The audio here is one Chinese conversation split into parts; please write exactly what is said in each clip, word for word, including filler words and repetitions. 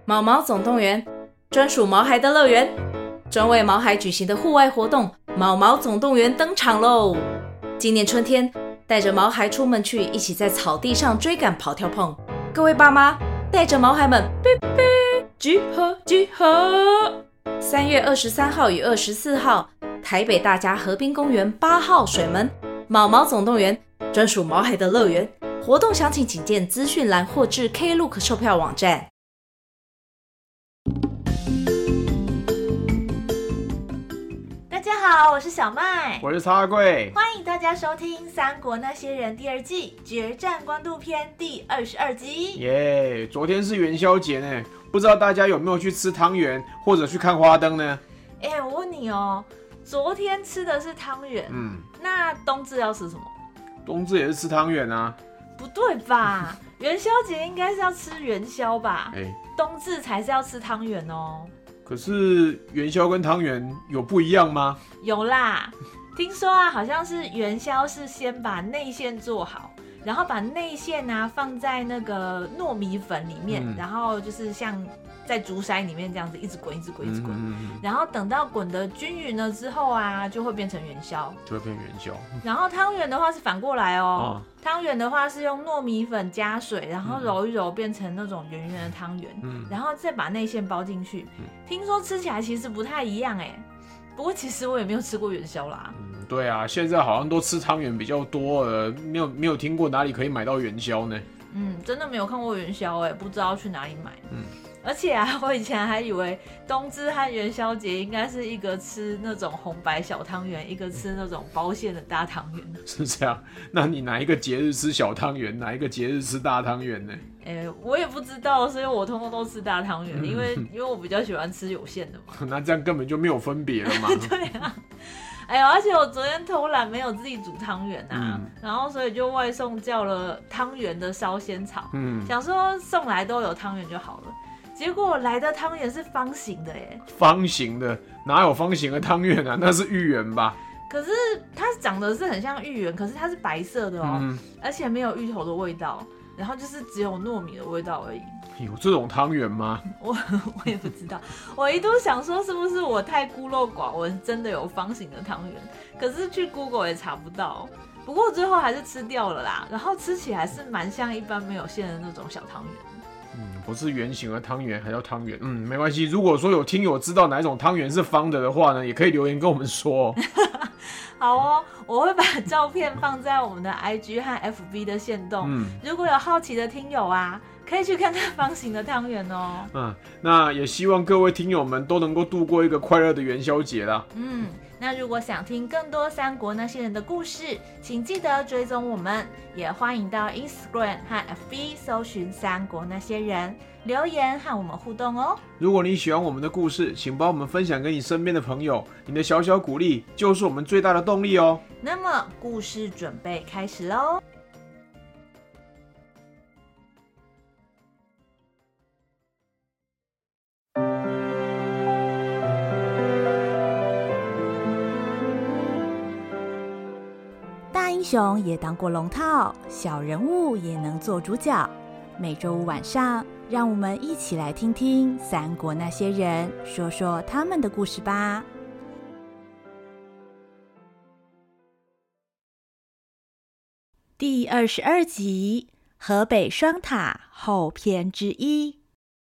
毛毛总动员，专属毛孩的乐园，专为毛孩举行的户外活动毛毛总动员登场喽！今年春天，带着毛孩出门去，一起在草地上追赶跑跳碰。各位爸妈，带着毛孩们，哔哔，集合集合！三月二十三号与二十四号，台北大家河滨公园八号水门毛毛总动员，专属毛孩的乐园。活动详情请见资讯栏或至 Klook 售票网站。 大家好，我是小麦， 我是茶贵， 欢迎大家收听《三国那些人》第二季决战官渡篇第二十二集。 耶、yeah, 昨天是元宵节呢，不知道大家有没有去吃汤圆或者去看花灯呢？ 哎、欸，我问你哦，昨天吃的是汤圆，嗯，那冬至要吃什么？ 冬至也是吃汤圆啊？ 不对吧？元宵节应该是要吃元宵吧？哎、欸，冬至才是要吃汤圆哦。 可是元宵跟汤圆有不一样吗？ 有啦，听说啊，好像是元宵是先把内馅做好，然后把内馅啊放在那个糯米粉里面，嗯、然后就是像在竹筛里面这样子一直滚，一直滚，一直滚，嗯嗯嗯，然后等到滚得均匀了之后啊，就会变成元宵， 就会变元宵。 然后汤圆的话是反过来哦，汤圆的话是用糯米粉加水，然后揉一揉变成那种圆圆的汤圆，嗯，然后再把内馅包进去。嗯、听说吃起来其实不太一样哎，不过其实我也没有吃过元宵啦。 嗯，对啊，现在好像都吃汤圆比较多了，没有没有听过哪里可以买到元宵呢？ 嗯，真的没有看过元宵哎，不知道去哪里买。嗯。而且啊，我以前还以为冬至和元宵节应该是一个吃那种红白小汤圆，一个吃那种包馅的大汤圆。 是这样？那你哪一个节日吃小汤圆，哪一个节日吃大汤圆呢？ 哎、欸，我也不知道，所以我通通都吃大汤圆，嗯、因为因为我比较喜欢吃有馅的嘛。 那这样根本就没有分别了嘛。 对啊。哎呦，而且我昨天偷懒没有自己煮汤圆啊，嗯、然后所以就外送叫了汤圆的烧仙草，嗯，想说送来都有汤圆就好了。结果来的汤圆是方形的耶！ 方形的哪有方形的汤圆啊？那是芋圆吧？ 可是它长得是很像芋圆，可是它是白色的哦，嗯、而且没有芋头的味道，然后就是只有糯米的味道而已。 有这种汤圆吗？ 我我也不知道，我一度想说是不是我太孤陋寡闻，真的有方形的汤圆，可是去 Google 也查不到。不过最后还是吃掉了啦，然后吃起来是蛮像一般没有馅的那种小汤圆。 嗯，不是圆形的汤圆，还叫汤圆。嗯，没关系。如果说有听友知道哪一种汤圆是方的的话呢，也可以留言跟我们说。 好哦，我会把照片放在我们的 I G 和 F B 的限动。嗯，如果有好奇的听友啊，可以去看看方形的汤圆哦。 嗯，那也希望各位听友们都能够度过一个快乐的元宵节啦。 嗯。那如果想听更多三国那些人的故事，请记得追踪我们，也欢迎到 Instagram 和 F B 搜寻三国那些人，留言和我们互动哦。 如果你喜欢我们的故事，请帮我们分享给你身边的朋友，你的小小鼓励就是我们最大的动力哦。 那么故事准备开始咯。英雄也当过龙套，小人物也能做主角。每周五晚上，让我们一起来听听三国那些人，说说他们的故事吧。第二十二集，河北双塔后篇之一。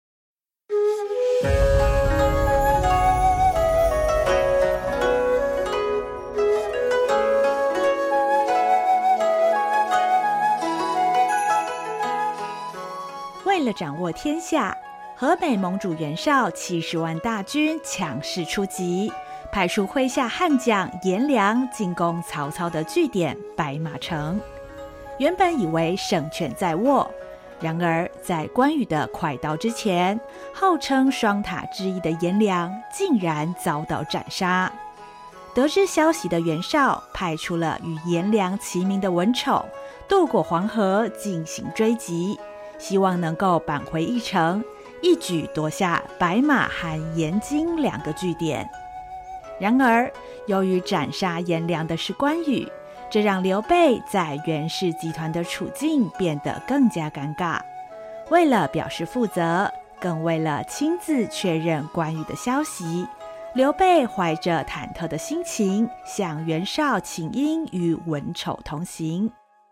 为了掌握天下，河北盟主袁绍七十万大军强势出击，派出麾下悍将颜良进攻曹操的据点白马城。原本以为胜券在握，然而在关羽的快刀之前，号称双塔之一的颜良竟然遭到斩杀。得知消息的袁绍派出了与颜良齐名的文丑渡过黄河进行追击，希望能够扳回一城，一举夺下白马和延津两个据点。然而由于斩杀颜良的是关羽，这让刘备在袁氏集团的处境变得更加尴尬。为了表示负责， 更为了亲自确认关羽的消息，刘备怀着忐忑的心情向袁绍请缨与文丑同行。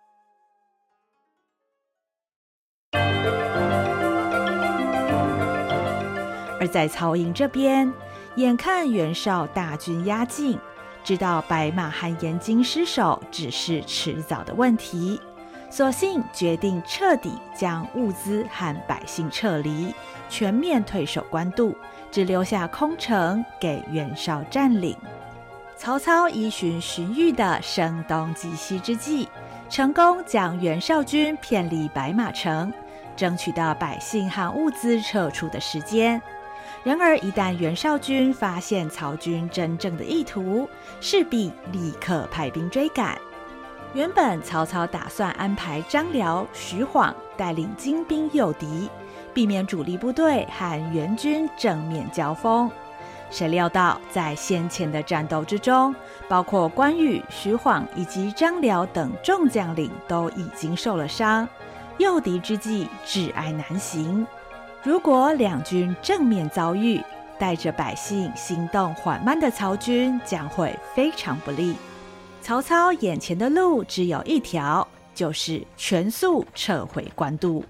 而在曹营这边，眼看袁绍大军压境，知道白马和延津失守只是迟早的问题，索性决定彻底将物资和百姓撤离，全面退守官渡，只留下空城给袁绍占领。曹操依循荀彧的声东击西之计，成功将袁绍军骗离白马城，争取到百姓和物资撤出的时间。然而一旦袁绍军发现曹军真正的意图，势必立刻派兵追赶。原本曹操打算安排张辽、徐晃带领精兵诱敌，避免主力部队和袁军正面交锋。谁料到在先前的战斗之中，包括关羽、徐晃以及张辽等众将领都已经受了伤，诱敌之计至哀难行。如果两军正面遭遇，带着百姓行动缓慢的曹军将会非常不利。曹操眼前的路只有一条，就是全速撤回官渡。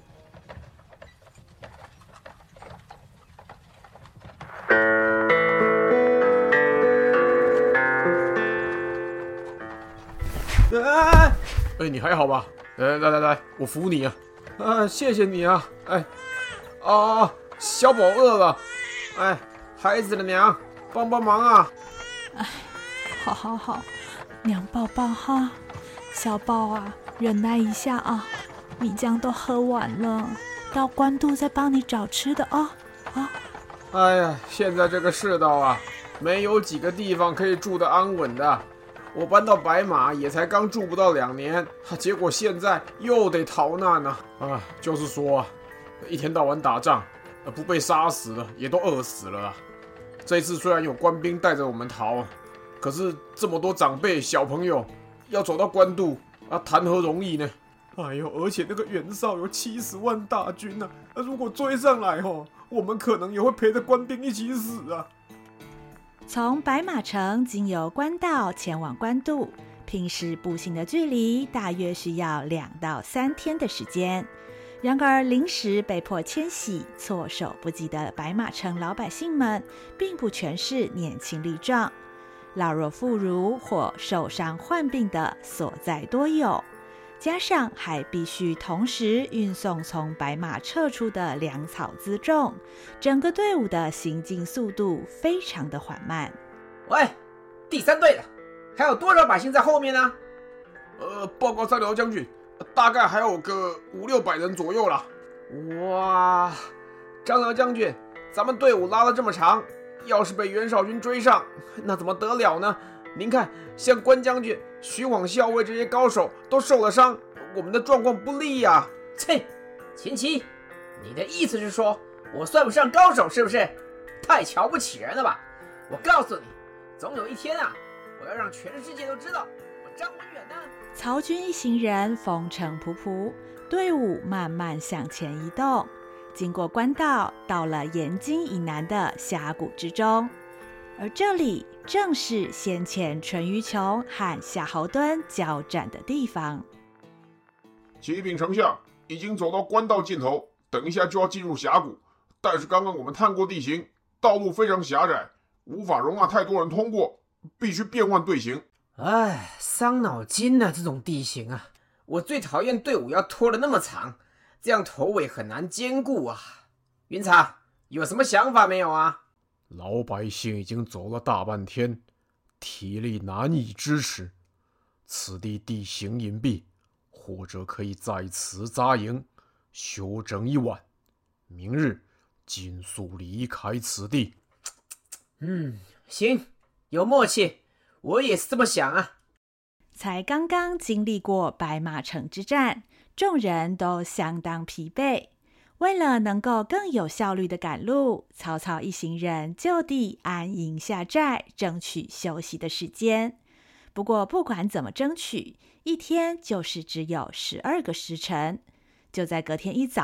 哎，哎，你还好吧？来来来来，我扶你啊！啊，谢谢你啊！哎。啊，小宝饿了，哎，孩子的娘，帮帮忙啊！ 哎，好好好，娘抱抱哈，小宝啊，忍耐一下啊，米浆都喝完了，到官渡再帮你找吃的啊啊！ 哎呀，现在这个世道啊，没有几个地方可以住得安稳的。我搬到白马也才刚住不到两年，结果现在又得逃难啊！啊，就是说啊。一天到晚打仗，不被杀死了也都饿死了啊！这一次虽然有官兵带着我们逃，可是这么多长辈小朋友要走到官渡啊，谈何容易呢？哎呦，而且那个袁绍有七十万大军呢、啊，如果追上来哦，我们可能也会陪着官兵一起死啊！ 从白马城经由官道前往官渡，平时步行的距离大约需要两到三天的时间。然而临时被迫迁徙、措手不及的白马城老百姓们，并不全是年轻力壮，老弱妇孺或受伤患病的所在多有，加上还必须同时运送从白马撤出的粮草辎重，整个队伍的行进速度非常的缓慢。 喂，第三队的，还有多少百姓在后面呢？ 呃，报告张辽将军。大概还有个五六百人左右啦。 哇，张辽将军，咱们队伍拉了这么长，要是被袁绍军追上，那怎么得了呢？您看，像关将军、徐晃校尉这些高手都受了伤，我们的状况不利呀、啊。切，秦琪，你的意思是说我算不上高手是不是？太瞧不起人了吧！我告诉你，总有一天啊，我要让全世界都知道我张文远呢。 曹军一行人风尘仆仆，队伍慢慢向前移动，经过官道，到了延津以南的峡谷之中。而这里正是先前淳于琼和夏侯惇交战的地方。 启禀丞相，已经走到官道尽头，等一下就要进入峡谷。但是刚刚我们探过地形，道路非常狭窄，无法容纳太多人通过，必须变换队形。 哎，伤脑筋啊！这种地形啊，我最讨厌队伍要拖得那么长，这样头尾很难兼顾啊。云茶有什么想法没有啊？ 老百姓已经走了大半天，体力难以支持。此地地形隐蔽，或者可以在此扎营，休整一晚，明日尽速离开此地。 嗯，行，有默契。我也是这么想啊。 才刚刚经历过白马城之战，众人都相当疲惫。为了能够更有效率的赶路，曹操一行人就地安营下寨，争取休息的时间。不过不管怎么争取，一天就是只有十二个时辰。就在隔天一早，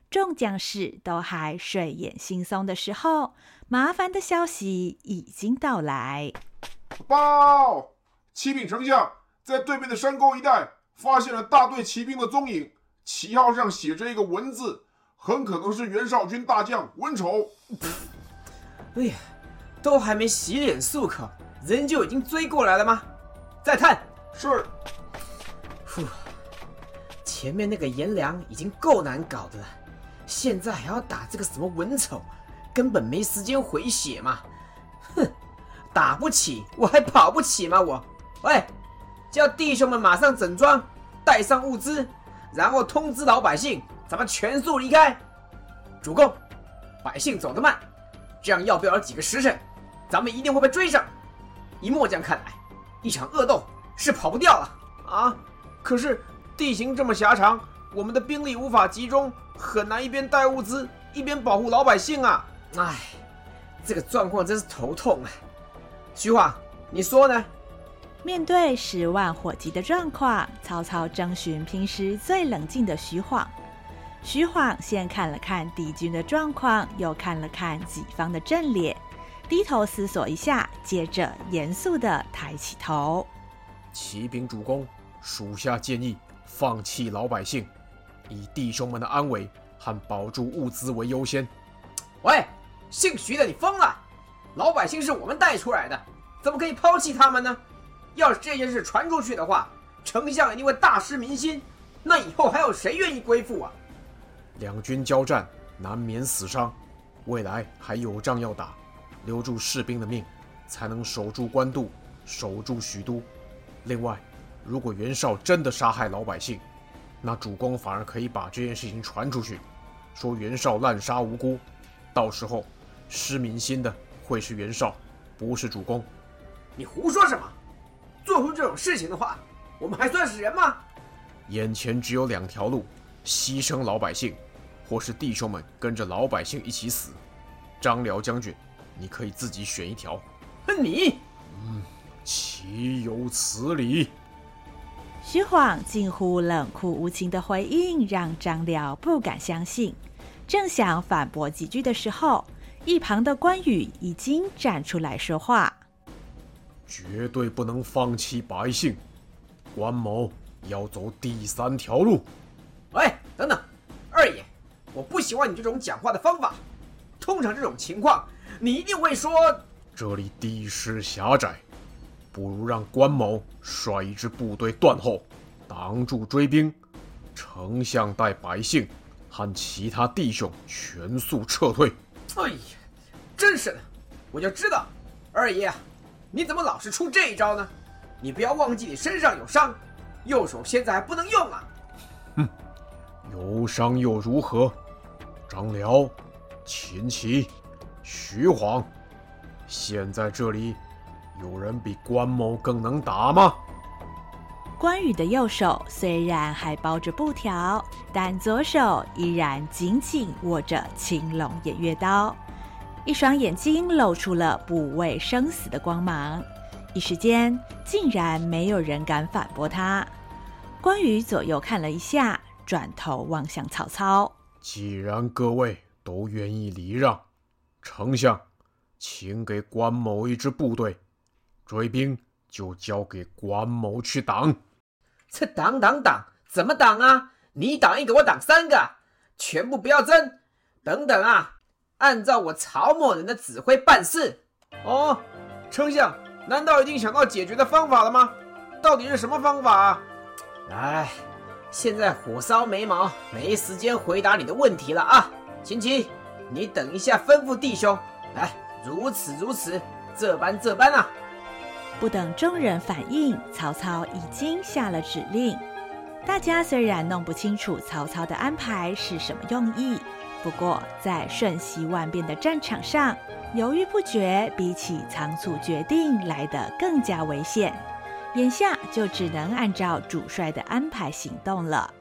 众将士都还睡眼惺忪的时候，麻烦的消息已经到来。 报！启禀丞相，在对面的山沟一带发现了大队骑兵的踪影，旗号上写着一个文字，很可能是袁绍军大将文丑。 哎呀，都还没洗脸漱口，人就已经追过来了吗？再探。 是。 呼，前面那个颜良已经够难搞的了，现在还要打这个什么文丑，根本没时间回血嘛。哼，打不起我还跑不起吗我？喂，叫弟兄们马上整装，带上物资，然后通知老百姓，咱们全速离开。主公，百姓走得慢，这样要不了几个时辰，咱们一定会被追上。依末将看来，一场恶斗是跑不掉了啊！可是地形这么狭长，我们的兵力无法集中，很难一边带物资一边保护老百姓啊！唉，这个状况真是头痛啊！徐晃，你说呢？ 面对十万火急的状况，曹操征询平时最冷静的徐晃。徐晃先看了看敌军的状况，又看了看己方的阵列，低头思索一下，接着严肃地抬起头。 启禀主公，属下建议放弃老百姓，以弟兄们的安危和保住物资为优先。 喂，姓徐的，你疯了！老百姓是我们带出来的，怎么可以抛弃他们呢？要是这件事传出去的话，丞相一定会大失民心，那以后还有谁愿意归附啊？ 两军交战，难免死伤，未来还有仗要打，留住士兵的命，才能守住官渡，守住许都。另外，如果袁绍真的杀害老百姓，那主公反而可以把这件事情传出去，说袁绍滥杀无辜，到时候失民心的会是袁绍，不是主公。 你胡说什么？做出这种事情的话，我们还算是人吗？ 眼前只有两条路，牺牲老百姓，或是弟兄们跟着老百姓一起死。张辽将军，你可以自己选一条。 你， 嗯，岂有此理！ 徐晃近乎冷酷无情的回应，让张辽不敢相信。正想反驳几句的时候，一旁的关羽已经站出来说话： 绝对不能放弃百姓，关某要走第三条路。 喂，等等，二爷，我不喜欢你这种讲话的方法。通常这种情况，你一定会说： 这里地势狭窄，不如让关某率一支部队断后，挡住追兵，丞相带百姓和其他弟兄全速撤退。 哎呀，真是的，我就知道，二爷啊，你怎么老是出这一招呢？你不要忘记你身上有伤，右手现在还不能用啊！ 哼，有伤又如何？张辽、秦琪、徐晃，现在这里有人比关某更能打吗？ 关羽的右手虽然还包着布条，但左手依然紧紧握着青龙偃月刀，一双眼睛露出了不畏生死的光芒。一时间，竟然没有人敢反驳他。关羽左右看了一下，转头望向曹操。 既然各位都愿意礼让，丞相，请给关某一支部队，追兵就交给关某去挡。 这挡挡挡，怎么挡啊？你挡一个，我挡三个，全部不要争。等等啊，按照我曹某人的指挥办事。哦，丞相，难道已经想到解决的方法了吗？到底是什么方法啊？哎，现在火烧眉毛，没时间回答你的问题了啊！秦琪，你等一下吩咐弟兄，来，如此如此，这般这般啊！ 不等众人反应，曹操已经下了指令。大家虽然弄不清楚曹操的安排是什么用意，不过在瞬息万变的战场上，犹豫不决比起仓促决定来得更加危险。眼下就只能按照主帅的安排行动了。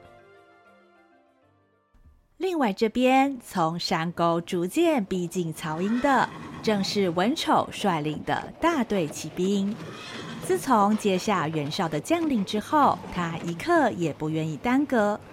另外这边，从山沟逐渐逼近曹营的，正是文丑率领的大队骑兵。自从接下袁绍的将领之后，他一刻也不愿意耽搁。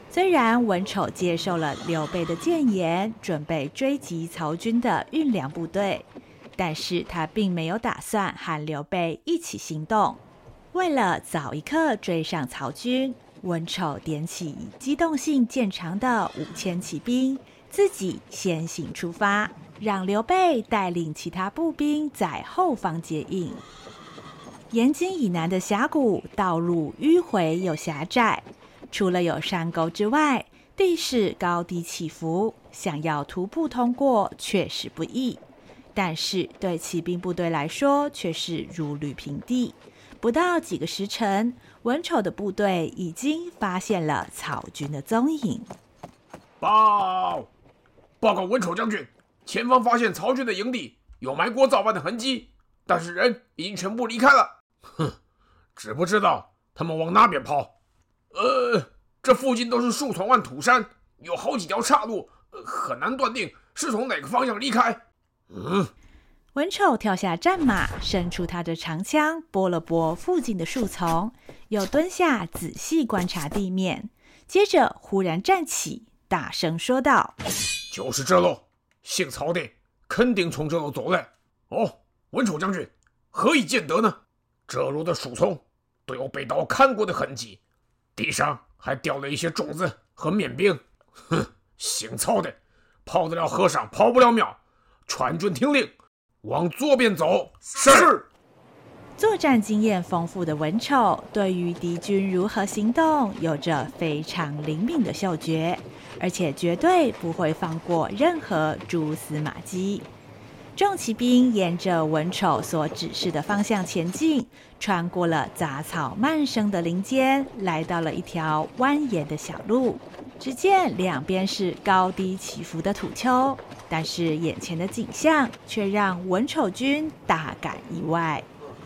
虽然文丑接受了刘备的谏言，准备追击曹军的运粮部队，但是他并没有打算和刘备一起行动。为了早一刻追上曹军，文丑点起机动性见长的五千骑兵，自己先行出发，让刘备带领其他步兵在后方接应。延津以南的峡谷道路迂回又狭窄，除了有山沟之外，地势高低起伏，想要徒步通过确实不易。但是对骑兵部队来说却是如履平地。不到几个时辰，文丑的部队已经发现了曹军的踪影。 报报告文丑将军，前方发现曹军的营地，有埋锅造饭的痕迹，但是人已经全部离开了。哼，知不知道他们往哪边跑？呃，这附近都是树丛和土山，有好几条岔路，呃、很难断定是从哪个方向离开。嗯， 文丑跳下战马，伸出他的长枪，拨了拨附近的树丛，又蹲下仔细观察地面，接着忽然站起，大声说道： 就是这路，姓曹的肯定从这路走来。哦，文丑将军，何以见得呢？这路的树丛都有被刀砍过的痕迹，地上还掉了一些种子和面饼。哼，姓曹的，跑得了和尚跑不了庙。传军听令，往左边走。是。 作战经验丰富的文丑，对于敌军如何行动有着非常灵敏的嗅觉，而且绝对不会放过任何蛛丝马迹。众骑兵沿着文丑所指示的方向前进，穿过了杂草漫生的林间，来到了一条蜿蜒的小路。只见两边是高低起伏的土丘，但是眼前的景象却让文丑军大感意外。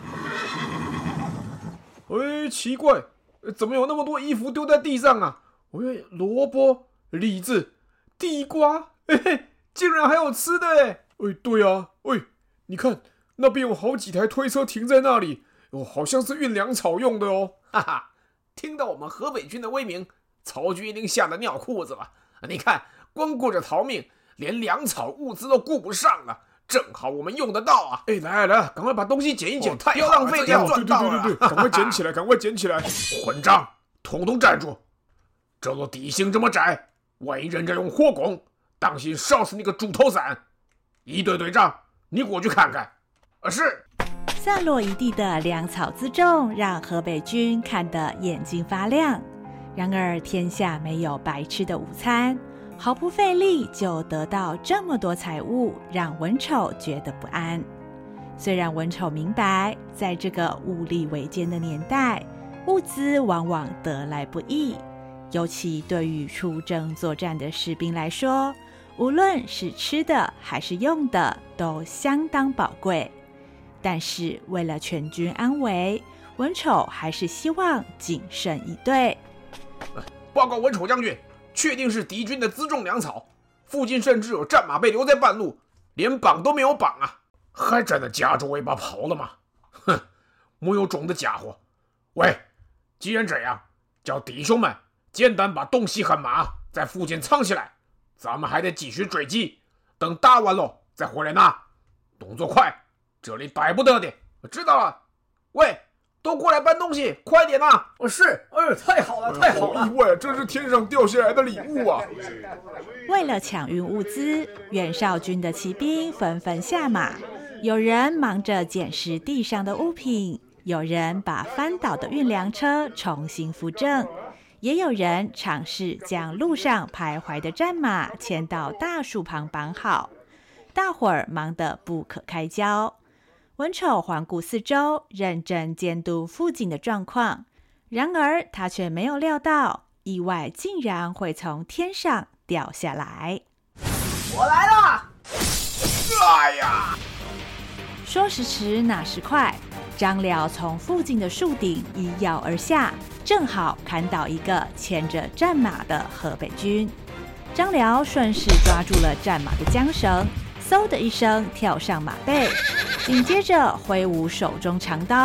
哎，奇怪，怎么有那么多衣服丢在地上啊？哎，萝卜、李子、地瓜，嘿嘿，竟然还有吃的哎！哎，对啊，喂，你看那边有好几台推车停在那里，哦，好像是运粮草用的哦。哈哈，听到我们河北军的威名，曹军一定吓得尿裤子了。你看，光顾着逃命，连粮草物资都顾不上了。正好我们用得到啊！哎，来来，赶快把东西捡一捡，不要浪费这样赚到了。对对对对，赶快捡起来，赶快捡起来！混账，统统站住！这路地形这么窄，万一人家用火攻，当心烧死你个猪头伞！一队队长，你过去看看。啊，是。 散落一地的粮草辎重让河北军看得眼睛发亮。然而天下没有白吃的午餐，毫不费力就得到这么多财物，让文丑觉得不安。虽然文丑明白，在这个物力维艰的年代，物资往往得来不易，尤其对于出征作战的士兵来说，无论是吃的还是用的都相当宝贵。但是为了全军安危，文丑还是希望谨慎以对。 报告文丑将军，确定是敌军的辎重粮草，附近甚至有战马被留在半路，连绑都没有绑啊！还真的夹着尾巴跑了吗？哼，没有种的家伙！喂，既然这样，叫弟兄们简单把东西和马在附近藏起来，咱们还得继续追击，等打完了再回来拿。动作快，这里待不得的。知道了。喂，都过来搬东西，快点啊！ 哦，是，哎呦，太好了，太好了！ 好意外，这是天上掉下来的礼物啊！ 为了抢运物资，袁绍军的骑兵纷纷下马，有人忙着捡拾地上的物品，有人把翻倒的运粮车重新扶正，也有人尝试将路上徘徊的战马牵到大树旁绑好。大伙儿忙得不可开交。文丑环顾四周，认真监督附近的状况。然而他却没有料到，意外竟然会从天上掉下来。 我来了！ 哎呀！ 说时迟，那时快，张辽从附近的树顶一跃而下，正好砍倒一个牵着战马的河北军。张辽顺势抓住了战马的缰绳，嗖的一声跳上马背，紧接着挥舞手中长刀，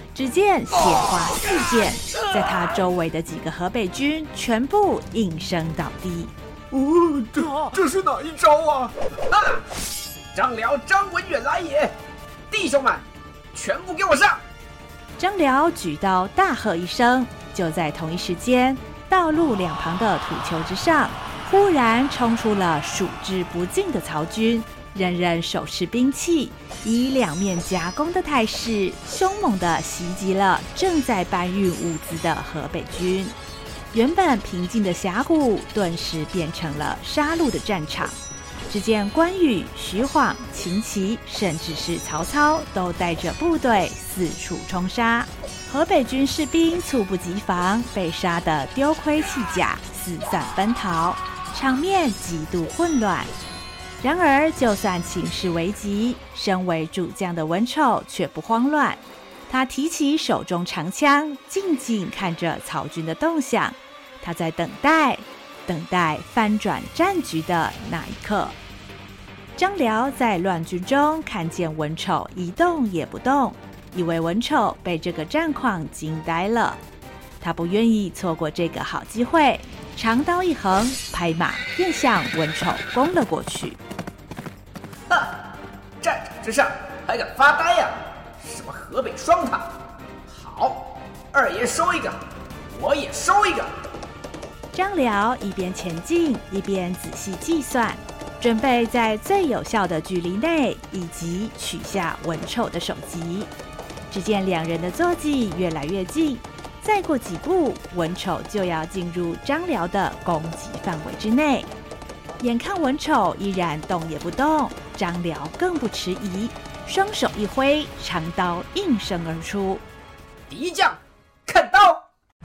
只见血花四溅，在他周围的几个河北军全部应声倒地。 哦，这这是哪一招啊？ 啊！张辽、张文远来也！弟兄们，全部给我上！ 张辽举刀大喝一声，就在同一时间，道路两旁的土丘之上，忽然冲出了数之不尽的曹军，人人手持兵器，以两面夹攻的态势，凶猛地袭击了正在搬运物资的河北军。原本平静的峡谷，顿时变成了杀戮的战场。只见关羽、徐晃、秦琪，甚至是曹操，都带着部队四处冲杀。河北军士兵猝不及防，被杀得丢盔弃甲，四散奔逃，场面极度混乱。然而，就算情势危急，身为主将的文丑却不慌乱。他提起手中长枪，静静看着曹军的动向。他在等待，等待翻转战局的那一刻。张辽在乱军中看见文丑一动也不动，以为文丑被这个战况惊呆了。他不愿意错过这个好机会，长刀一横，拍马便向文丑攻了过去。 哈！战场之上还敢发呆呀、啊？什么河北双塔？好，二爷收一个，我也收一个。 张辽一边前进，一边仔细计算，准备在最有效的距离内以及取下文丑的首级。只见两人的坐骑越来越近，再过几步，文丑就要进入张辽的攻击范围之内。眼看文丑依然动也不动，张辽更不迟疑，双手一挥，长刀应声而出。 敌将，看刀！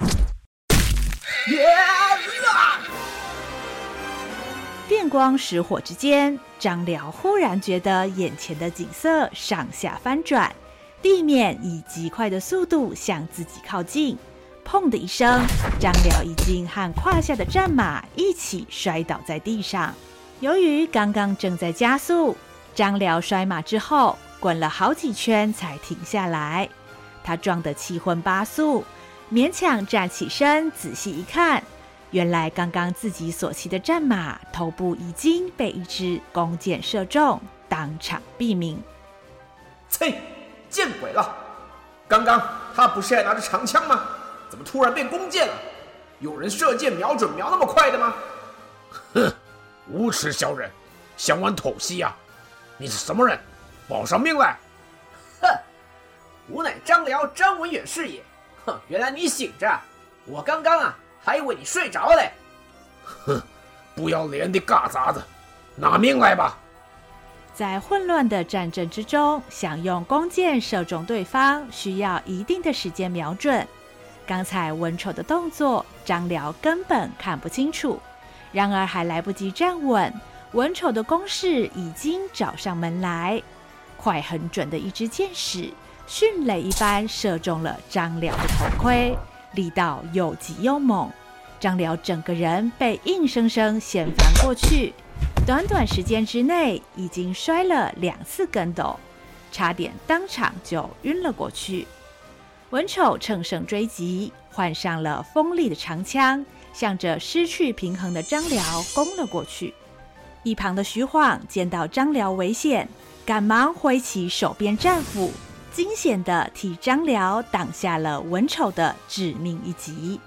电光石火之间，张辽忽然觉得眼前的景色上下翻转，地面以极快的速度向自己靠近。砰的一声，张辽已经和胯下的战马一起摔倒在地上。由于刚刚正在加速，张辽摔马之后滚了好几圈才停下来。他撞得七荤八素，勉强站起身，仔细一看，原来刚刚自己所骑的战马头部已经被一支弓箭射中，当场毙命。 呸！见鬼了！刚刚他不是还拿着长枪吗？怎么突然变弓箭了？有人射箭瞄准瞄那么快的吗？ 哼，无耻小人，想玩偷袭呀、啊？你是什么人？报上命来！ 哼，吾乃张辽张文远是也。哼，原来你醒着，我刚刚啊还以为你睡着嘞。 哼，不要脸的嘎杂子，拿命来吧！ 在混乱的战争之中，想用弓箭射中对方，需要一定的时间瞄准。刚才文丑的动作，张辽根本看不清楚。然而还来不及站稳，文丑的攻势已经找上门来。快很准的一支箭矢，迅雷一般射中了张辽的头盔，力道又急又猛。张辽整个人被硬生生掀翻过去，短短时间之内已经摔了两次跟斗，差点当场就晕了过去。文丑乘胜追击，换上了锋利的长枪，向着失去平衡的张辽攻了过去。一旁的徐晃见到张辽危险，赶忙挥起手边战斧，惊险地替张辽挡下了文丑的致命一击。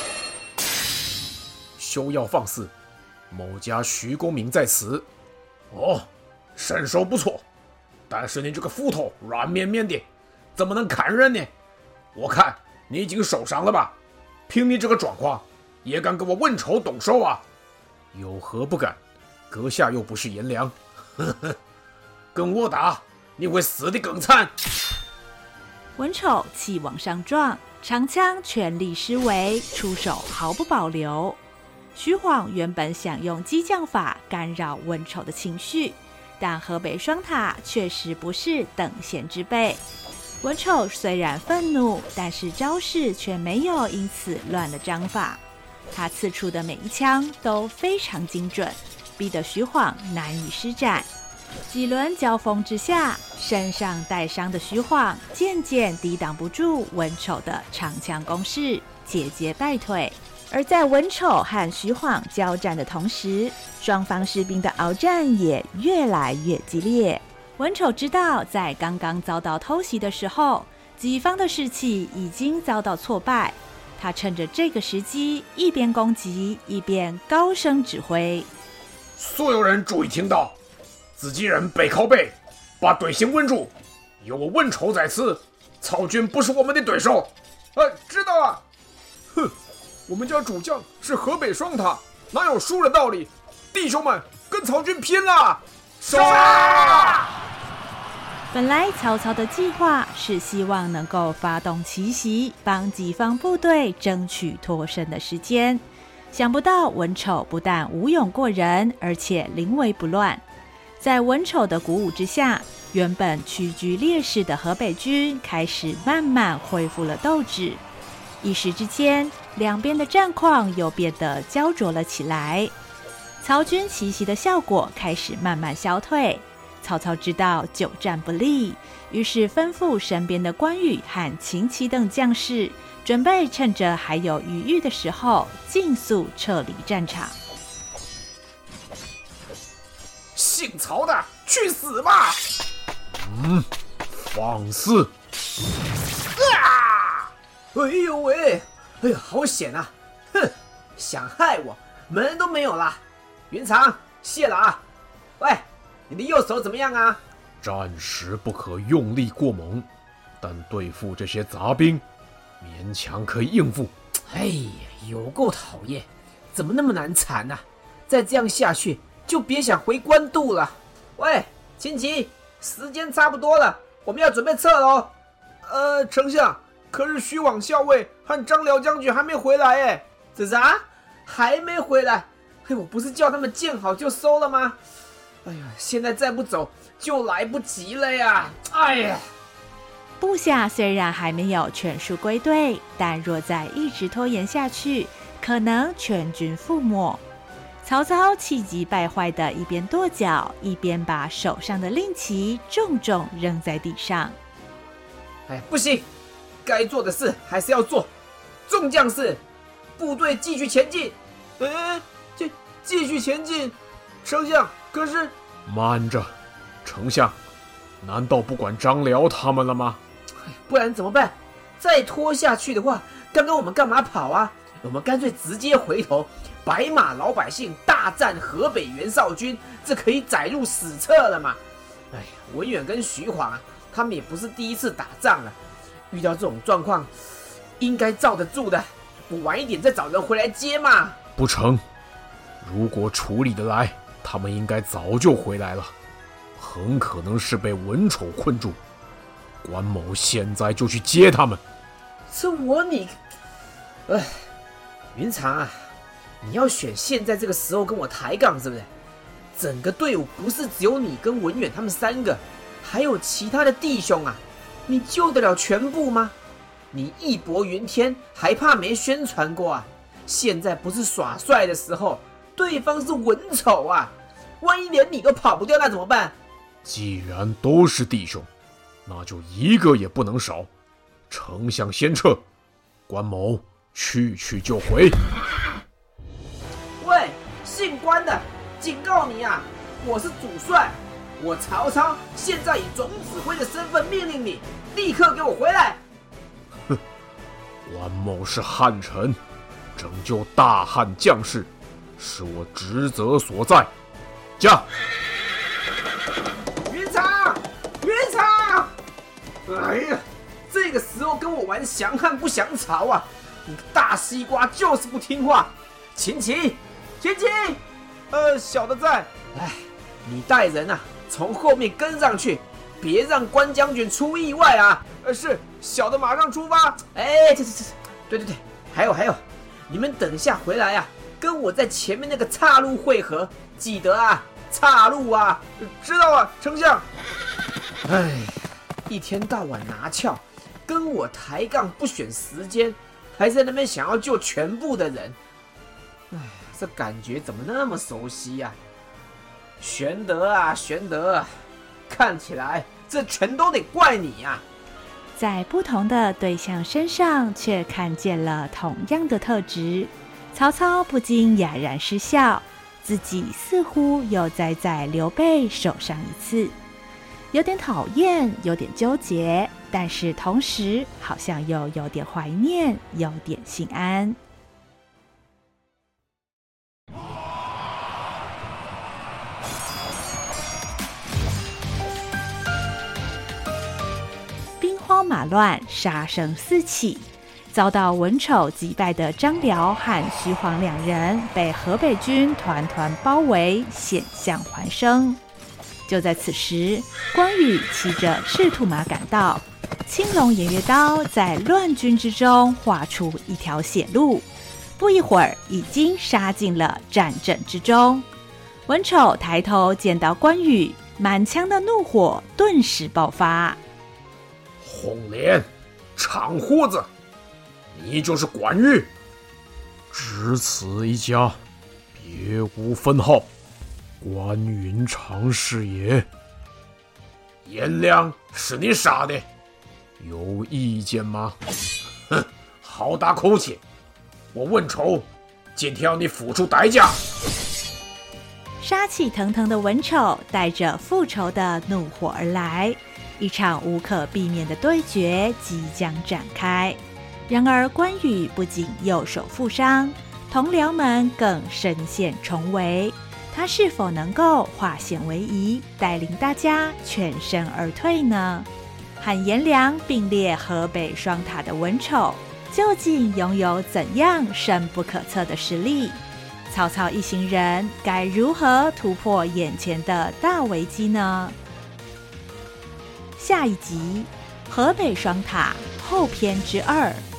休要放肆！某家徐公明在此。哦，身手不错，但是你这个斧头软绵绵的，怎么能砍人呢？我看你已经受伤了吧？凭你这个状况，也敢跟我文丑动手啊？有何不敢？阁下又不是颜良，呵呵，跟我打，你会死得更惨。 文丑气往上撞，长枪全力施为，出手毫不保留。徐晃原本想用激将法干扰文丑的情绪，但河北双塔确实不是等闲之辈。文丑虽然愤怒，但是招式却没有因此乱了章法。他刺出的每一枪都非常精准，逼得徐晃难以施展。 几轮交锋之下，身上带伤的徐晃渐渐抵挡不住文丑的长枪攻势，节节败退。而在文丑和徐晃交战的同时，双方士兵的鏖战也越来越激烈。文丑知道，在刚刚遭到偷袭的时候，己方的士气已经遭到挫败。他趁着这个时机，一边攻击，一边高声指挥： 所有人注意听到，自己人背靠背，把队形稳住。有我文丑在此，曹军不是我们的对手。 呃，知道了。哼，我们家主将是河北双塔，哪有输的道理？弟兄们，跟曹军拼了！ 杀！ 本来曹操的计划是希望能够发动奇袭，帮己方部队争取脱身的时间。想不到文丑不但武勇过人，而且临危不乱。在文丑的鼓舞之下，原本屈居劣势的河北军开始慢慢恢复了斗志。一时之间，两边的战况又变得焦灼了起来。曹军奇袭的效果开始慢慢消退。曹操知道久战不利，于是吩咐身边的关羽和秦琪等将士，准备趁着还有余裕的时候，尽速撤离战场。 姓曹的，去死吧！ 嗯，放肆！ 啊！哎呦喂！哎呦，好险啊！哼，想害我，门都没有了。云长，谢了啊！喂，你的右手怎么样啊？ 暂时不可用力过猛，但对付这些杂兵，勉强可以应付。 哎呀，有够讨厌，怎么那么难缠啊？再这样下去，就别想回官渡了。喂，秦琪，时间差不多了，我们要准备撤喽。呃，丞相，可是徐晃校尉和张辽将军还没回来哎。这啥？还没回来？嘿，我不是叫他们见好就收了吗？哎呀，现在再不走就来不及了呀！哎呀， 部下虽然还没有全数归队，但若再一直拖延下去，可能全军覆没。曹操气急败坏的一边跺脚，一边把手上的令旗重重扔在地上。 哎，不行，该做的事还是要做。众将士，部队继续前进。哎，继继续前进。丞相，可是…… 慢着，丞相，难道不管张辽他们了吗？ 不然怎么办？再拖下去的话，刚刚我们干嘛跑啊？我们干脆直接回头，白马老百姓大战河北袁绍军，这可以载入史册了嘛？哎呀，文远跟徐晃啊，他们也不是第一次打仗了，遇到这种状况，应该罩得住的。我晚一点再找人回来接嘛。 不成，如果处理得来，他们应该早就回来了，很可能是被文丑困住。关某现在就去接他们。 这我你，哎，云长啊，你要选现在这个时候跟我抬杠是不是？整个队伍不是只有你跟文远他们三个，还有其他的弟兄啊，你救得了全部吗？你义薄云天，还怕没宣传过啊？现在不是耍帅的时候，对方是文丑啊，万一连你都跑不掉，那怎么办？ 既然都是弟兄，那就一个也不能少。丞相先撤，关某去去就回。 喂，姓关的，警告你啊，我是主帅，我曹操现在以总指挥的身份命令你，立刻给我回来。 哼，关某是汉臣，拯救大汉将士是我职责所在。驾！ 云长，云长！哎呀，这个时候跟我玩降汉不降曹啊！你个大西瓜就是不听话。秦琪，秦琪，呃，小的在。哎，你带人啊，从后面跟上去，别让关将军出意外啊！呃，是，小的马上出发。哎，这这这，对对对，还有还有，你们等下回来啊，跟我在前面那个岔路会合，记得啊，岔路啊。知道了，丞相。哎，一天到晚拿翘，跟我抬杠不选时间，还在那边想要救全部的人。哎，这感觉怎么那么熟悉呀、啊？ 玄德啊，玄德，看起来这全都得怪你呀、啊！ 在不同的对象身上，却看见了同样的特质。曹操不禁哑然失笑，自己似乎又栽在刘备手上一次，有点讨厌，有点纠结，但是同时好像又有点怀念，有点心安。兵荒马乱，杀声四起，遭到文丑击败的张辽和徐晃两人被河北军团团包围，险象环生。就在此时，关羽骑着赤兔马赶到，青龙偃月刀在乱军之中画出一条血路，不一会儿已经杀进了战阵之中。文丑抬头见到关羽，满腔的怒火顿时爆发。 红脸，长胡子，你就是关羽，只此一家，别无分号，关云长是也。颜良是你杀的，有意见吗？哼，好大口气！我文丑今天要你付出代价。 杀气腾腾的文丑带着复仇的怒火而来，一场无可避免的对决即将展开。然而关羽不仅右手负伤，同僚们更身陷重围，他是否能够化险为夷，带领大家全身而退呢？和颜良并列河北双塔的文丑，究竟拥有怎样深不可测的实力？曹操一行人该如何突破眼前的大危机呢？下一集，河北双塔后篇之二。